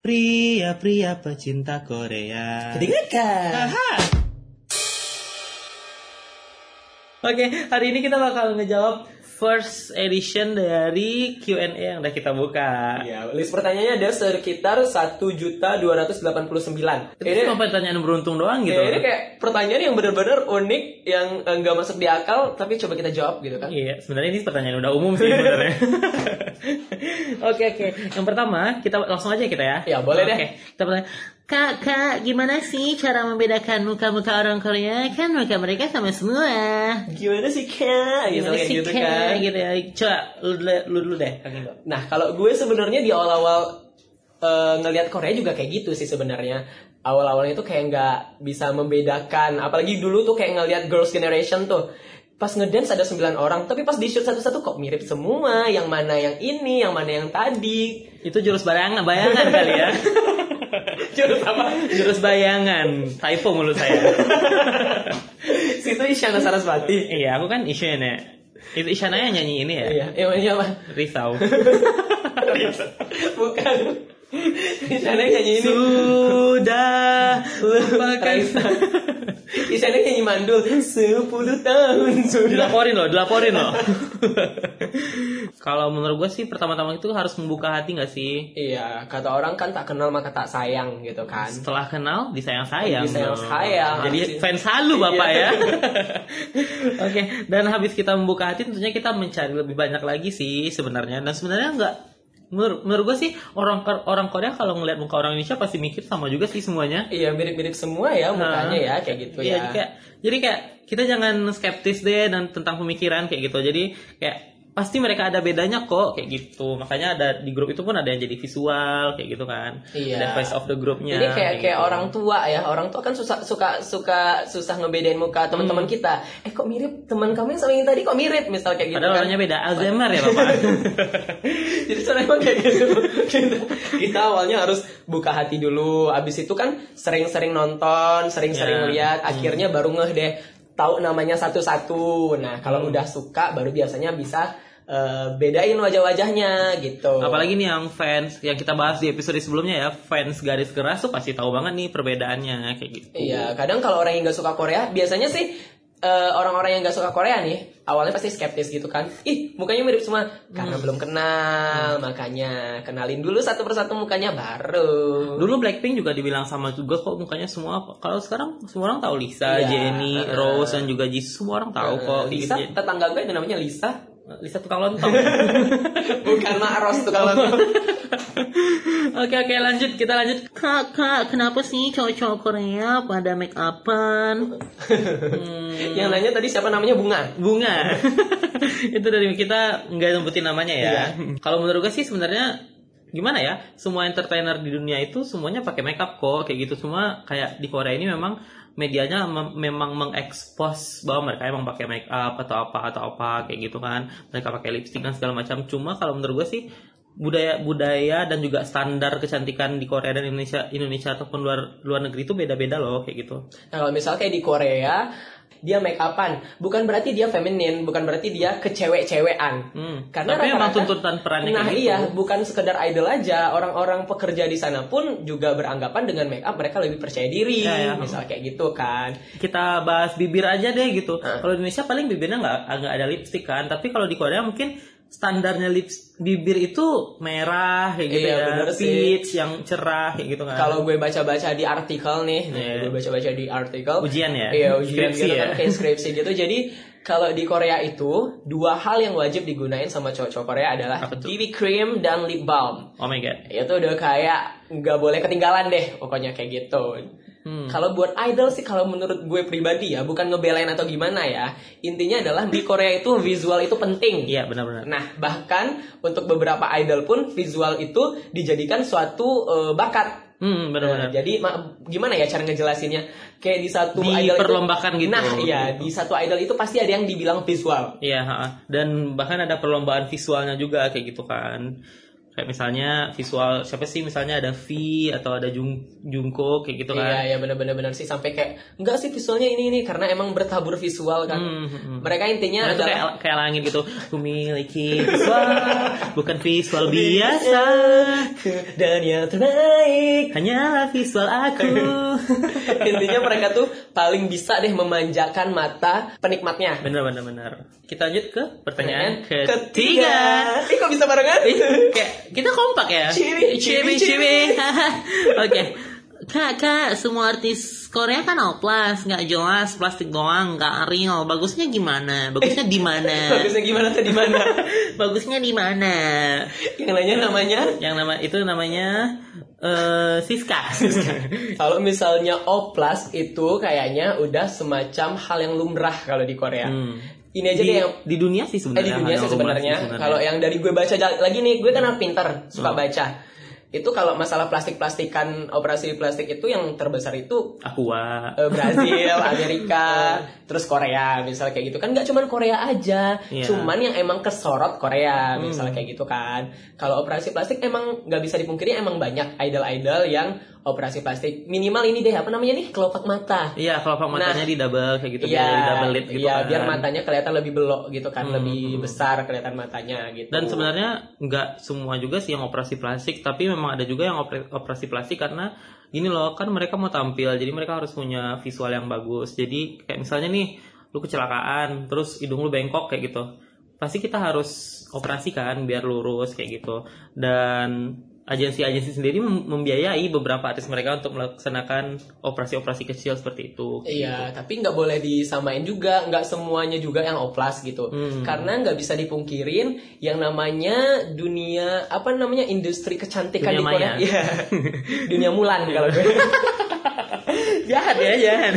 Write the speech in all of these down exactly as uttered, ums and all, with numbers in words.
Pria-pria pecinta Korea. Kedengarkan. Aha. Oke, hari ini kita bakal ngejawab first edition dari Q and A yang udah kita buka. Iya, list pertanyaannya ada sekitar satu juta dua ratus delapan puluh sembilan. Ini cuma pertanyaan beruntung doang gitu. Ya, ini kayak pertanyaan yang benar-benar unik yang enggak masuk di akal, tapi coba kita jawab gitu kan. Iya, sebenarnya ini pertanyaan udah umum sih sebenarnya. Oke, oke. Yang pertama, kita langsung aja kita ya. Ya, boleh deh. Oke, kita pertanyaan. Kak, kak, gimana sih cara membedakan muka-muka orang Korea? Kan muka mereka sama semua. Gimana sih Kak? Gitu, Gimana kayak sih gitu kak? kan. Gitu ya. Coba lu, lu dulu deh, Kak Indo. Nah, kalau gue sebenarnya di awal-awal uh, ngelihat Korea juga kayak gitu sih sebenarnya. Awal-awalnya tuh kayak nggak bisa membedakan. Apalagi dulu tuh kayak ngelihat Girls' Generation tuh. Pas ngedance ada sembilan orang, tapi pas di shoot satu-satu kok mirip semua. Yang mana yang ini, yang mana yang tadi. Itu jurus bayangan, bayangan kali ya. Jurus apa? Jurus bayangan. Typo mulut saya. Situ Isyana Sarasvati. Iya, aku kan Isyana. Itu Isyana yang nyanyi ini ya? Iya, yang mana apa? Risau. Bukan. Isyana yang nyanyi ini. Sudah lupakan. Isyana nyanyi mandul sepuluh tahun sudah. Dilaporin loh, dilaporin loh. Kalau menurut gue sih pertama-tama itu harus membuka hati gak sih? Iya, kata orang kan tak kenal maka tak sayang gitu kan. Setelah kenal disayang-sayang. Disayang-sayang. Jadi fans halu Bapak ya. Oke, dan habis kita membuka hati tentunya kita mencari lebih banyak lagi sih sebenarnya. Dan sebenarnya enggak, menurut, menurut gue sih orang orang Korea kalau ngeliat muka orang Indonesia pasti mikir sama juga sih semuanya. Iya, mirip-mirip semua ya mukanya ya kayak gitu iya, ya. Jadi kayak, jadi kayak kita jangan skeptis deh dan tentang pemikiran kayak gitu. Jadi kayak pasti mereka ada bedanya kok kayak gitu. Makanya ada di grup itu pun ada yang jadi visual kayak gitu kan. Iya. Ada face of the groupnya. Ini kayak kayak, kayak gitu. orang tua ya. Orang tua kan susah suka suka susah ngebedain muka teman-teman Hmm. kita. Eh kok mirip teman kamu yang sama yang tadi kok mirip misal kayak gitu. Padahal kan. orangnya beda. Alzheimer ya Bapak. Jadi sebenarnya emang kayak gitu. Kita, kita awalnya harus buka hati dulu. Abis itu kan sering-sering nonton, Ya. sering-sering lihat. Akhirnya baru ngeh deh tahu namanya satu-satu. Nah kalau Hmm. udah suka baru biasanya bisa uh, bedain wajah-wajahnya gitu. Apalagi nih yang fans yang kita bahas di episode sebelumnya ya, fans garis keras tuh pasti tahu banget nih perbedaannya kayak gitu. Iya, kadang kalau orang yang nggak suka Korea, biasanya sih uh, orang-orang yang nggak suka Korea nih, awalnya pasti skeptis gitu kan. Ih, mukanya mirip semua karena Hmm. belum kenal, makanya kenalin dulu satu persatu mukanya baru. Dulu Blackpink juga dibilang sama juga kok mukanya semua. Kalau sekarang semua orang tahu Lisa, Iya, Jennie, uh, Rose dan juga Jisoo, semua orang tahu Uh, kok. Lisa, Gitu. tetangga gue itu namanya Lisa. Lisa tukang lontong. Bukan Ma'ros tukang lontong. Oke oke lanjut kita lanjut. Kak kak kenapa sih cowok-cowok Korea pada make upan? Hmm, Yang nanya tadi siapa namanya Bunga? bunga. Itu dari kita nggak nyebutin namanya ya. Iya. Kalau menurut gue sih sebenarnya gimana ya? Semua entertainer di dunia itu semuanya pakai makeup kok kayak gitu. Cuma kayak di Korea ini memang medianya mem- memang mengekspos bahwa mereka emang pakai make up atau apa atau apa kayak gitu kan. Mereka pakai lipstick dan segala macam. Cuma kalau menurut gue sih budaya budaya dan juga standar kecantikan di Korea dan Indonesia Indonesia ataupun luar luar negeri itu beda-beda loh kayak gitu. Nah kalau misalnya kayak di Korea, dia make upan, bukan berarti dia feminin, bukan berarti dia kecewek-cewekan. Hmm. Karena Tapi memang rata-rata- tuntutan perannya Nah kayak gitu. iya, bukan sekedar idol aja. Orang-orang pekerja di sana pun juga beranggapan dengan make up mereka lebih percaya diri. Ya, ya. Misal kayak gitu kan. Kita bahas bibir aja deh gitu. Ah. Kalau di Indonesia paling bibirnya nggak nggak ada lipstick kan. Tapi kalau di Korea mungkin standarnya lips bibir itu merah kayak gitu Iya, ya, bener sih. peach yang cerah kayak gitu kan. Kalau gue baca-baca di artikel nih, nih Iya. gue baca-baca di artikel. Ujian ya? Iya ujian Skripsi gitu ya? kan, kayak skripsi gitu. Jadi kalau di Korea itu dua hal yang wajib digunain sama cowok-cowok Korea adalah Apa tuh? B B cream dan lip balm. Oh my god. Itu udah kayak nggak boleh ketinggalan deh, pokoknya kayak gitu. Hmm. Kalau buat idol sih, kalau menurut gue pribadi ya, bukan ngebelain atau gimana ya. Intinya adalah di Korea itu visual itu penting. Iya benar-benar. Nah, bahkan untuk beberapa idol pun visual itu dijadikan suatu eh, bakat. Hmm, Nah, benar-benar. jadi ma- gimana ya cara ngejelasinnya? Kayak di satu idol itu Diperlombakan gitu. Nah, iya, di satu idol itu pasti ada yang dibilang visual. Iya, ha-ha. Dan bahkan ada perlombaan visualnya juga kayak gitu kan. Kayak misalnya visual siapa sih, misalnya ada V atau ada Jung, Jungkook kayak gitu kan. Iya, iya benar-benar sih, sampai kayak enggak sih visualnya ini ini karena emang bertabur visual kan. Hmm, hmm. Mereka intinya nah, adalah kayak kayak langit gitu. Memiliki visual bukan visual biasa. Dan yang terbaik hanyalah visual aku. Intinya mereka tuh paling bisa deh memanjakan mata penikmatnya. Bener bener bener. Kita lanjut ke pertanyaan, pertanyaan ketiga. ketiga. Ih, kok bisa barengan? Kayak kita kompak ya. Cibi, cibi, cibi. Oke. Kak, kak, semua artis Korea kan oplas, nggak jelas, plastik doang, nggak real. Bagusnya gimana? Bagusnya di mana? Bagusnya gimana tuh di mana? Bagusnya di mana? Yang nanya namanya? Yang nama itu namanya uh, Siska. Kalau misalnya oplas itu kayaknya udah semacam hal yang lumrah kalau di Korea. Hmm. Ini aja di, deh yang di dunia sih sebenarnya. Eh, di dunia sih sebenarnya. Kalau yang dari gue baca lagi nih, gue kan anak pinter, suka hmm. baca. Itu kalau masalah plastik-plastikan, operasi plastik itu yang terbesar itu Aqua, uh, Brazil, Amerika, terus Korea, misalnya kayak gitu kan. Nggak cuma Korea aja, yeah. cuman yang emang kesorot Korea, misalnya hmm. kayak gitu kan. Kalau operasi plastik emang nggak bisa dipungkiri, emang banyak idol-idol yang operasi plastik. Minimal ini deh, apa namanya nih, kelopak mata. Iya, kelopak matanya nah, di double kayak gitu, iya, di double lid gitu iya, kan. Biar matanya kelihatan lebih belok gitu kan, hmm. lebih besar kelihatan matanya gitu. Dan sebenarnya nggak semua juga sih yang operasi plastik, tapi memang ada juga yang operasi plastik karena gini loh, kan mereka mau tampil, jadi mereka harus punya visual yang bagus. Jadi kayak misalnya nih, lu kecelakaan, terus hidung lu bengkok kayak gitu, pasti kita harus operasi kan biar lurus kayak gitu. Dan agensi-agensi sendiri membiayai beberapa artis mereka untuk melaksanakan operasi-operasi kecil seperti itu. Iya, gitu. Tapi nggak boleh disamain juga, nggak semuanya juga yang oplas gitu. Hmm. Karena nggak bisa dipungkirin yang namanya dunia apa namanya industri kecantikan dunia di Korea. Iya. Dunia Mulan kalau gue. Jahat ya, jahat.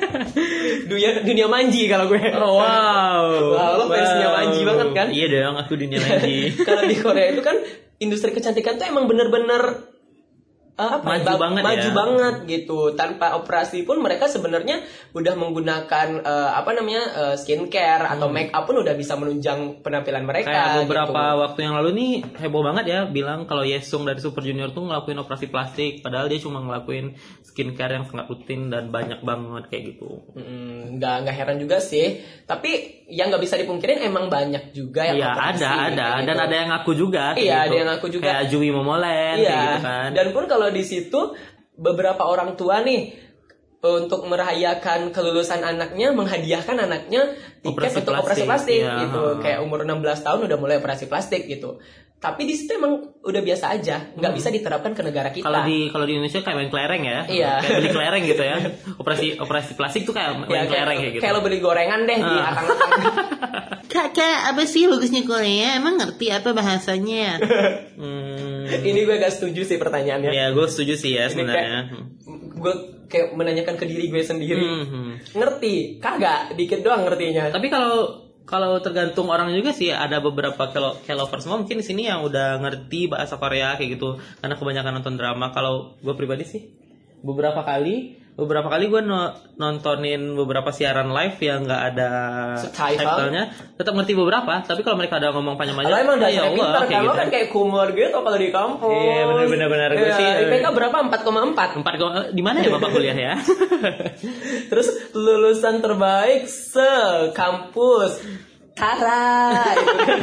dunia dunia manji kalau gue. Oh, wow. Wow, lo fansnya wow. manji banget kan? Iya dong, aku dunia manji. Kalau di Korea itu kan industri kecantikan tuh emang bener-bener uh, apa, maju ba- banget maju ya. banget gitu. Tanpa operasi pun mereka sebenarnya udah menggunakan uh, apa namanya uh, skincare atau hmm. make up pun udah bisa menunjang penampilan mereka. Kayak beberapa gitu. waktu yang lalu nih heboh banget ya, bilang kalau Yesung dari Super Junior tuh ngelakuin operasi plastik, padahal dia cuma ngelakuin skincare yang sangat rutin dan banyak banget kayak gitu. Hmm, nggak nggak heran juga sih. Tapi yang nggak bisa dipungkirin emang banyak juga yang iya, operasi. Iya ada ada dan gitu. ada yang ngaku juga. Iya gitu. ada yang ngaku juga. Kayak Jui Momoland iya. kayak gitu kan. Dan pun kalau di situ beberapa orang tua nih untuk merayakan kelulusan anaknya menghadiahkan anaknya tiket operasi untuk plastik. operasi plastik iya. gitu. Kayak umur enam belas tahun udah mulai operasi plastik gitu. Tapi di situ emang udah biasa aja, nggak hmm. bisa diterapkan ke negara kita. Kalau di kalau di Indonesia kayak main kelereng ya, iya. kayak beli kelereng gitu ya. Operasi operasi plastik tuh kayak main ya, kelereng kayak gitu. Kayak lo beli gorengan deh ah. di akang-akang. Kakak, apa sih bagusnya Korea? Emang ngerti apa bahasanya? hmm. Ini gue gak setuju sih pertanyaannya. Ya, gue setuju sih ya sebenarnya. Gue kayak menanyakan ke diri gue sendiri. Hmm. Ngerti? Kagak, dikit doang ngertinya. Tapi kalau kalau tergantung orang juga sih, ada beberapa K-lovers semua mungkin di sini yang udah ngerti bahasa Korea kayak gitu karena kebanyakan nonton drama. Kalau gue pribadi sih beberapa kali beberapa kali gue no, nontonin beberapa siaran live yang nggak ada subtitlenya, tetap ngerti beberapa. Tapi kalau mereka ada ngomong panjang-panjang, kalau emang dasarnya ya pintar, kayak kalau gitu. Kan kayak kumur gitu kalau di kampus. Iya benar-benar benar. Gue ya, sih I P K berapa? empat koma empat. empat di mana ya bapak kuliah ya? Terus lulusan terbaik se-kampus Tara.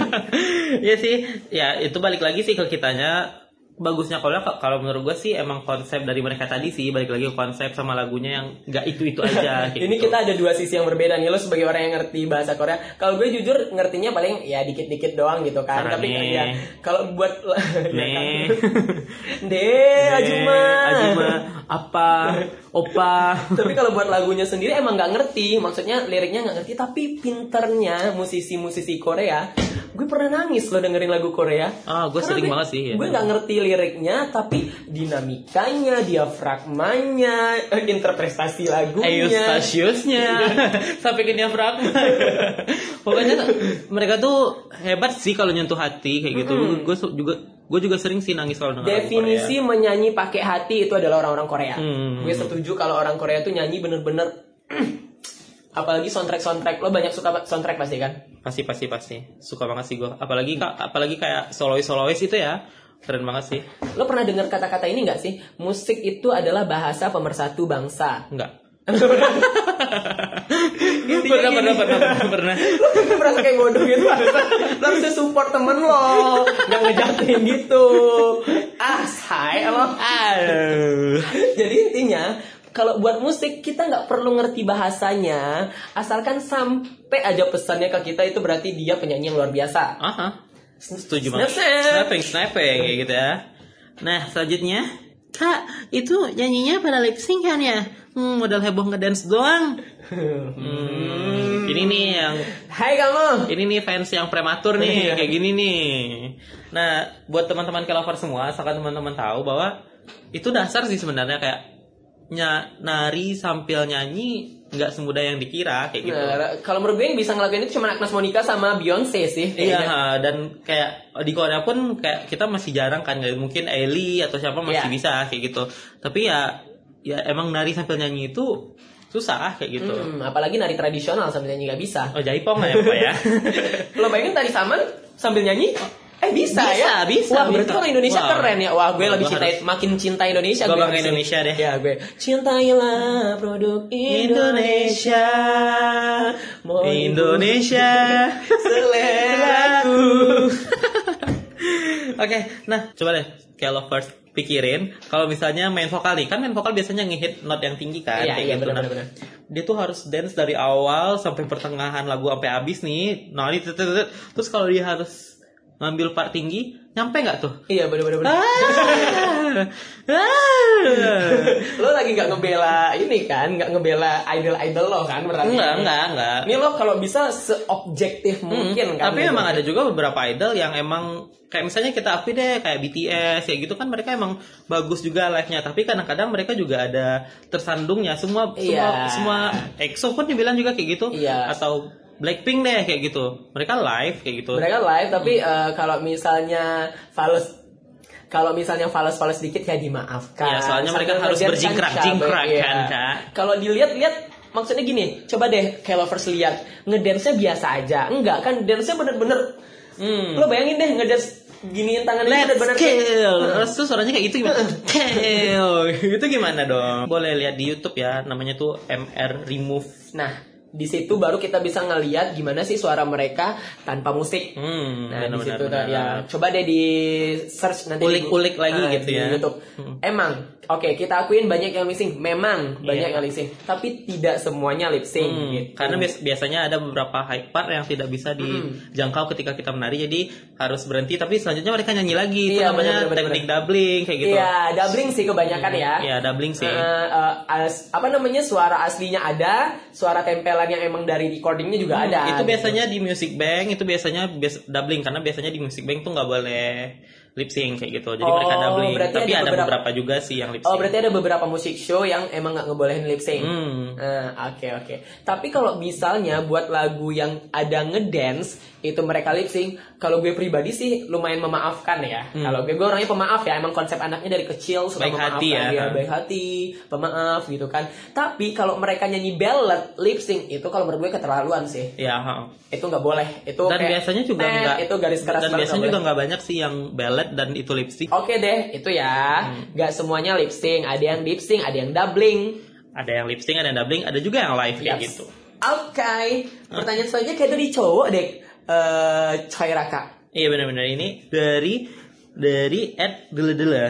Iya sih, ya itu balik lagi sih ke kitanya. Bagusnya kalau kalau menurut gue sih emang konsep dari mereka tadi sih, balik lagi ke konsep sama lagunya yang nggak itu itu aja. Ini gitu. Kita ada dua sisi yang berbeda nih. Lo sebagai orang yang ngerti bahasa Korea, kalau gue jujur ngertinya paling ya dikit-dikit doang gitu kan. Sarane. Tapi ya kalau buat ne, de, Ajuma, Ajuma, apa, opa. Tapi kalau buat lagunya sendiri emang nggak ngerti. Maksudnya liriknya nggak ngerti. Tapi pinternya musisi-musisi Korea, gue pernah nangis lo dengerin lagu Korea. Ah, gue sering banget sih. Gue nggak ngerti liriknya, tapi dinamikanya, diafragmanya, interpretasi lagunya, Eustasiusnya, sampai ke diafragma. Pokoknya mereka tuh hebat sih kalau nyentuh hati kayak gitu. Mm-hmm. Gue juga gue juga sering sih nangis kalau dengar definisi lagu Korea. Menyanyi pakai hati itu adalah orang-orang Korea. Mm-hmm. Gue setuju kalau orang Korea tuh nyanyi bener-bener. Apalagi soundtrack-soundtrack, lo banyak suka soundtrack pasti kan? Pasti pasti pasti suka banget sih gue. Apalagi apalagi kayak solois-solois itu ya. Keren banget sih. Lo pernah dengar kata-kata ini nggak sih? Musik itu adalah bahasa pemersatu bangsa. Enggak. Intinya Pernah, gini. pernah, pernah, pernah, pernah. Lo kan merasa kayak bodoh gitu. Lo harusnya support temen lo, nggak ngejatuhin gitu. Ah, say lo. Aduh. Jadi intinya kalau buat musik kita nggak perlu ngerti bahasanya, asalkan sampai aja pesannya ke kita, itu berarti dia penyanyi yang luar biasa. Aha. Setuju Snap, banget. snap. Snapping, snapping kayak gitu ya. Nah, selanjutnya, Kak, itu nyanyinya pada lip sync kan ya? Hmm, modal heboh ngedance doang. Hmm, ini nih yang Hai kamu. ini nih fans yang prematur nih, Iya. kayak gini nih. Nah, buat teman-teman K-lover semua, asalkan teman-teman tahu bahwa itu dasar sih sebenarnya, kayak ny- nari sambil nyanyi nggak semudah yang dikira kayak gitu. Nah, kalau menurut gue yang bisa ngelakuin itu cuma Agnes Monica sama Beyonce sih. Iya, kayaknya. ha, dan kayak di Korea pun kayak kita masih jarang kan, kayak mungkin Ailey atau siapa masih Iya. bisa kayak gitu. Tapi ya ya emang nari sambil nyanyi itu susah kayak gitu. Hmm, apalagi nari tradisional sambil nyanyi nggak bisa. Oh, jaipong lah ya Pak ya. Lo bayangin tari saman sambil nyanyi? Eh bisa, Bisa, ya? bisa, Wah berarti bisa. orang Indonesia Wah. keren ya. Wah gue Wah, lebih gua cinta, harus- makin cinta Indonesia. Gua gue bangga harus ini. Indonesia deh. Ya gue cintailah produk Indonesia. Mau Indonesia seleraku. Oke, nah coba deh kayak lovers pikirin kalau misalnya main vokal nih, kan main vokal biasanya ngehit not yang tinggi kan, Iya, kayak iya, gitu. benar, Nah, benar, benar. dia tuh harus dance dari awal sampai pertengahan lagu sampai habis nih. Nah, ini tut, tut, tut. Terus kalau dia harus ngambil part tinggi, nyampe nggak tuh? Iya benar-benar. Ah, ah. Lo lagi nggak ngebela ini kan, nggak ngebela idol-idol lo kan berarti. Enggak, enggak, enggak. Ini lo kalau bisa seobjektif mungkin Hmm, kan. tapi memang ada juga beberapa idol yang emang kayak misalnya kita akui deh kayak B T S kayak gitu kan, mereka emang bagus juga live-nya, tapi kadang-kadang mereka juga ada tersandungnya. Semua Iya. semua semua EXO pun dibilang juga kayak gitu, Iya. atau Blackpink deh kayak gitu. Mereka live kayak gitu. Mereka live tapi eh, kalau misalnya fals kalau misalnya fals-fals dikit ya dimaafkan. Iya, soalnya mereka Sambil harus ngedance berjingkrak-jingkrak cabik, kan, iya. Kak. Kalau dilihat-lihat maksudnya gini, coba deh kayak lovers lihat, ngedance-nya biasa aja. Enggak kan, dance-nya bener-bener Hmm. lo bayangin deh ngedance giniin tangannya Let's bener-bener kill. Terus tuh suaranya kayak gitu gimana? Kill. Itu gimana dong? Boleh lihat di YouTube ya, namanya tuh M R Remove. Nah, di situ baru kita bisa ngeliat gimana sih suara mereka tanpa musik. Hmm, Nah, di benar-benar, situ benar. ya. Coba deh di search nanti di- Ulik-ulik lagi nah, gitu di ya. YouTube. Hmm. Emang, oke kita akuin banyak yang lip sync. Memang banyak Iya. yang lip sync, tapi tidak semuanya lip sync Hmm, gitu. karena bias- biasanya ada beberapa high part yang tidak bisa dijangkau ketika kita menari, jadi harus berhenti. Tapi selanjutnya mereka nyanyi lagi. Itu Iya, namanya benar-benar, teknik doubling kayak gitu. Iya, doubling sih kebanyakan ya. Iya, doubling sih. Eh, eh, as- apa namanya suara aslinya ada, suara tempelan yang emang dari recordingnya juga ada. Hmm, itu gitu. biasanya di Music Bank, itu biasanya bias- doubling, karena biasanya di Music Bank tuh nggak boleh lip sync kayak gitu. Jadi Oh, mereka doubling. berarti Tapi ada ada beberapa- beberapa juga sih yang lip sync. Oh berarti ada beberapa musik show yang emang nggak ngebolehin lip sync. Hmm. Nah, oke oke. Tapi kalau misalnya buat lagu yang ada ngedance itu mereka lip sync, kalau gue pribadi sih lumayan memaafkan ya. Hmm. Kalau gue gue orangnya pemaaf ya, emang konsep anaknya dari kecil suka Baik memaafkan hati ya. dia, baik hati, pemaaf gitu kan. Tapi kalau mereka nyanyi ballad lip sync itu kalau menurut gue keterlaluan sih. Ya, ha. Itu nggak boleh. Itu Dan kayak, biasanya juga "Tet," nggak. itu garis keras Dan banget, biasanya nggak juga boleh. nggak banyak sih yang ballad dan itu lip sync. Oke deh, itu ya. Hmm. Nggak semuanya lip sync, ada yang lip sync, ada yang doubling. Ada yang lip sync, ada yang doubling, ada juga yang live kayak Yes. gitu. Oke, pertanyaan selanjutnya kayak dari cowok deh, eh Choi Raka. Iya, benar-benar ini dari dari at dela dela.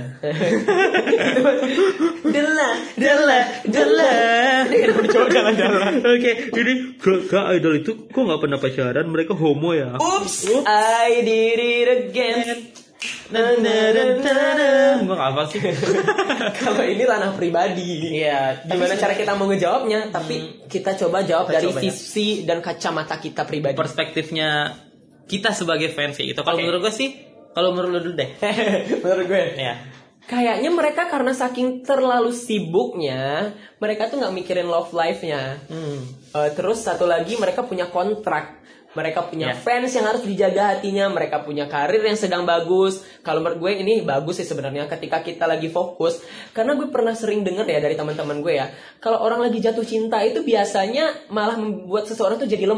Dela, Dela, dela. cowok jalan-jalan. Oke, jadi kak idol itu kok nggak pernah pacaran, mereka homo ya? Oops, I did it again. Na na na na na. Gua nggak apa sih. Kalau ini ranah pribadi. Iya, Gimana cara kita mau ngejawabnya? Tapi kita coba jawab Kita dari coba ya. sisi dan kacamata kita pribadi. perspektifnya kita sebagai fans kayak gitu. Kalau Oke. menurut gue sih, kalau menurut lu dulu deh. Menurut gue. Ya. Kayaknya mereka karena saking terlalu sibuknya, mereka tuh nggak mikirin love life-nya. Hmm. Eh, terus satu lagi mereka punya kontrak, mereka punya Ya. fans yang harus dijaga hatinya, mereka punya karir yang sedang bagus. Kalau menurut gue ini bagus sih sebenarnya ketika kita lagi fokus, karena gue pernah sering denger ya dari teman-teman gue ya, kalau orang lagi jatuh cinta itu biasanya malah membuat seseorang tuh jadi lemah.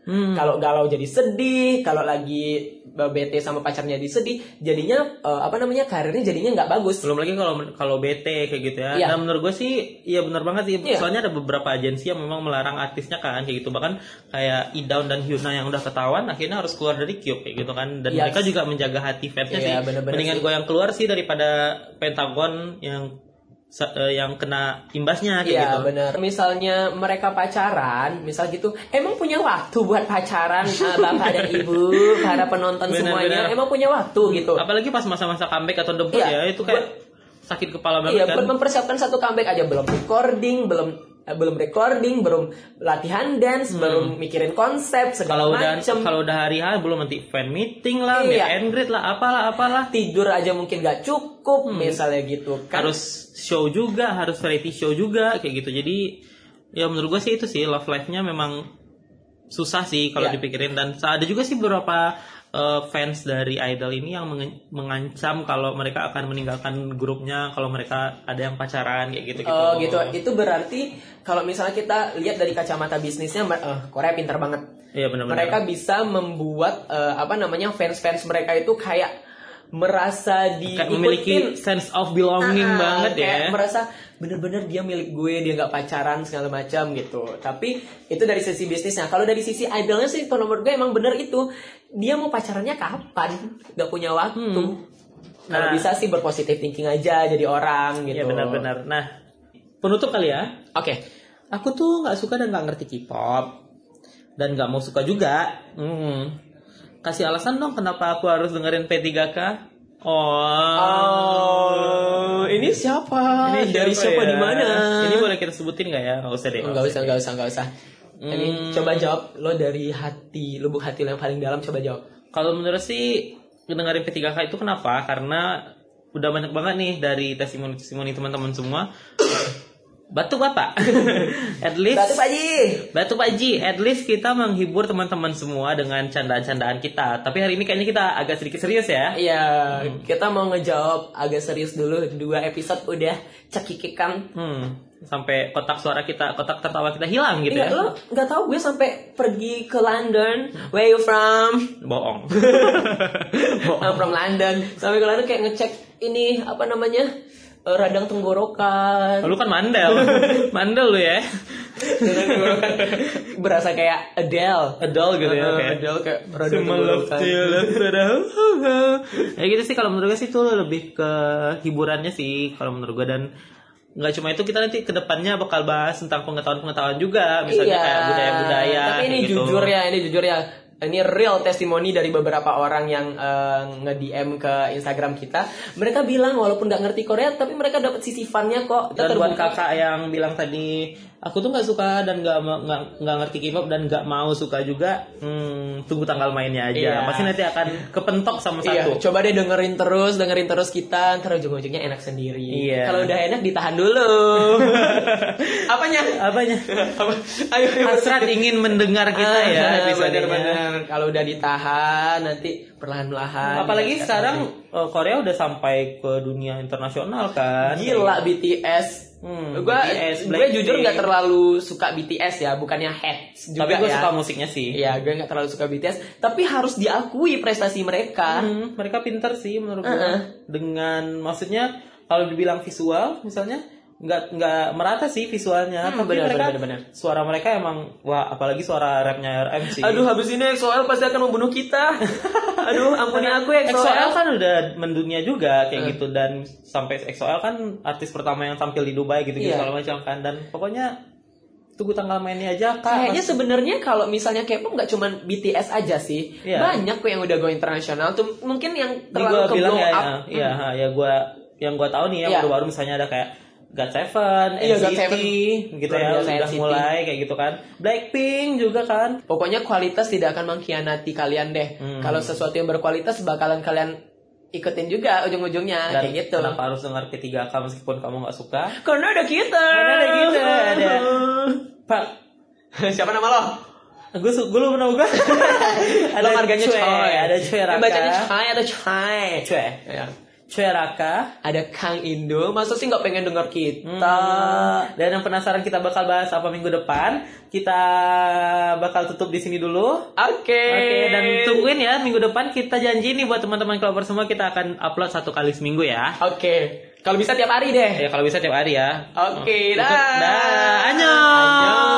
Hmm. Kalau galau jadi sedih, kalau lagi bete sama pacarnya jadi sedih, jadinya uh, apa namanya karirnya jadinya nggak bagus. Belum lagi kalau kalau bete kayak gitu ya. Iya. Dan menurut gue sih, iya benar banget sih. Iya. Soalnya ada beberapa agensi yang memang melarang artisnya kan kayak gitu. Bahkan kayak Idaun dan Hyuna yang udah ketahuan akhirnya harus keluar dari Cube kayak gitu kan. Dan Yes. mereka juga menjaga hati fansnya Iya, sih. bener-bener Mendingan sih. gue yang keluar sih daripada Pentagon yang yang kena imbasnya kayak Iya gitu. benar. Misalnya mereka pacaran, misal gitu, emang punya waktu buat pacaran uh, bapak dan ibu, para penonton Bener, semuanya, bener. emang punya waktu gitu. Apalagi pas masa-masa comeback atau debut Iya, ya itu kayak sakit kepala Iya, banget buat kan. mempersiapkan satu comeback aja belum recording, belum eh, belum recording, belum latihan dance, belum mikirin konsep segala Kalau udah macem. kalau udah hari H belum nanti fan meeting lah, Iya. meet and greet lah, apalah apalah. Tidur aja mungkin gak cukup, misalnya gitu kan. Harus show juga, harus variety show juga kayak gitu. Jadi ya menurut gue sih itu sih love life-nya memang susah sih kalau Iya. dipikirin. Dan ada juga sih beberapa uh, fans dari idol ini yang menge- mengancam kalau mereka akan meninggalkan grupnya kalau mereka ada yang pacaran kayak gitu gitu. Oh gitu. Itu berarti kalau misalnya kita lihat dari kacamata bisnisnya, eh, Korea pintar banget. Iya benar-benar. Mereka bisa membuat eh, apa namanya fans-fans mereka itu kayak merasa Kayak memiliki diikutin. sense of belonging Ah, banget kayak ya. merasa bener-bener dia milik gue, dia nggak pacaran segala macam gitu. Tapi itu dari sisi bisnisnya. Kalau dari sisi idolnya sih, kalau menurut gue emang bener itu, dia mau pacarannya kapan, nggak punya waktu. Kalau Nah. bisa sih berpositif thinking aja jadi orang gitu. Iya benar-benar. Nah, penutup kali ya. Oke. Aku tuh nggak suka dan nggak ngerti K-pop dan nggak mau suka juga. Hmm. Kasih alasan dong kenapa aku harus dengerin P tiga K. Oh. Oh, ini siapa? Ini dari siapa ya? di mana? Ini boleh kita sebutin nggak ya? Nggak usah deh. Enggak usah, enggak usah, enggak usah. Ini Hmm. coba jawab lo dari hati, lubuk hati lo yang paling dalam, coba jawab. Kalau menurut sih dengerin P tiga K itu kenapa? Karena udah banyak banget nih dari testimoni-testimoni teman-teman semua. Batuk Bapak. At least Batu Pak Ji. Batu Pak Ji, at least kita menghibur teman-teman semua dengan candaan-candaan kita. Tapi hari ini kayaknya kita agak sedikit serius ya. Iya, kita mau ngejawab agak serius dulu. Dua episode udah cekikikan. Hmm, sampai kotak suara kita, kotak tertawa kita hilang gitu Iya, ya. lo nggak tahu gue sampai pergi ke London. Where you from? Bohong. I'm from London. Sampai ke London kayak ngecek ini apa namanya? Eh, radang tenggorokan. Lu kan mandel. Mandel lu ya. Radang tenggorokan berasa kayak Adele. Adele gitu ya. Uh, Kayak Adele kayak radang tenggorokan. Ya gitu sih kalau menurut gue sih itu lebih ke hiburannya sih kalau menurut gue. Dan nggak cuma itu, kita nanti kedepannya bakal bahas tentang pengetahuan-pengetahuan juga, misalnya Iya. kayak budaya-budaya. Tapi ini kayak gitu. jujur ya, ini jujur ya. Ini real testimoni dari beberapa orang yang uh, nge-D M ke Instagram kita. Mereka bilang walaupun nggak ngerti Korea, tapi mereka dapat sisi fun-nya kok. Kita Dan buat terbuka. kakak yang bilang tadi aku tuh nggak suka dan nggak nggak nggak ngerti K-pop dan nggak mau suka juga, hmm, tunggu tanggal mainnya aja. Iya. Pasti nanti akan kepentok sama Iya, satu. coba deh dengerin terus, dengerin terus kita, ntar ujung-ujungnya enak sendiri. Iya. Kalau udah enak ditahan dulu. Apanya? Apanya? Apa? Ayo, ayo. Hasrat ingin mendengar kita ya Ah, episodenya. benar-benar. Kalau udah ditahan nanti perlahan-lahan. Apalagi Kita sekarang akan- uh, Korea udah sampai ke dunia internasional kan. gila B T S. Hmm, gue B T S, gue Blackpink. jujur nggak terlalu suka B T S ya, bukannya hate juga Tapi gue ya. suka musiknya sih. Iya, gue nggak terlalu suka B T S, tapi harus diakui prestasi mereka. Hmm, mereka pintar sih menurut gue. Uh-uh. Dengan maksudnya kalau dibilang visual misalnya nggak nggak merata sih visualnya, Hmm, tapi benar, mereka benar, benar. suara mereka emang wah, apalagi suara rapnya R M sih. Aduh, habis ini E X O L pasti akan membunuh kita. Aduh, ampuni aku E X O E X O L L. kan udah mendunia juga kayak Hmm. gitu, dan sampai E X O L kan artis pertama yang tampil di Dubai gitu-gitu Iya. kalau macam kan, dan pokoknya tunggu tanggal mainnya aja kak. Kayaknya Mas- sebenarnya kalau misalnya K-pop nggak cuma B T S aja sih, Iya. banyak kok yang udah go internasional tuh. Mungkin yang Ini terlalu gue ke bilang blow ya, up. ya, ya, ha, ya gue yang gue tahu nih yang Iya. baru-baru misalnya ada kayak God Seven, Iya, N C T, God Seven. gitu Luar ya, biasa udah N C T. mulai kayak gitu kan. Blackpink juga kan. Pokoknya kualitas tidak akan mengkhianati kalian deh. Hmm. Kalau sesuatu yang berkualitas bakalan kalian ikutin juga ujung-ujungnya Dan kayak gitu. kenapa harus dengar P tiga K meskipun kamu nggak suka? Karena ada kita. Karena ada kita, ada Pak. Siapa nama lo? Gue gue lupa nama gue. Lo marganya Chue, Coy. ada Chue Eh, Raka. bacanya Chai atau Chai? Chue. Ya. Ceraka. Ada Kang Indo. Masa sih nggak pengen dengar kita? Hmm. Dan yang penasaran kita bakal bahas apa minggu depan, kita bakal tutup di sini dulu. Oke. Oke, dan tungguin ya minggu depan, kita janji nih buat teman-teman Clover semua, kita akan upload satu kali seminggu ya. Oke. Kalau bisa tiap hari deh. Ya kalau bisa tiap hari ya. Oke, Dah. dah. Dah. Annyeong. Annyeong.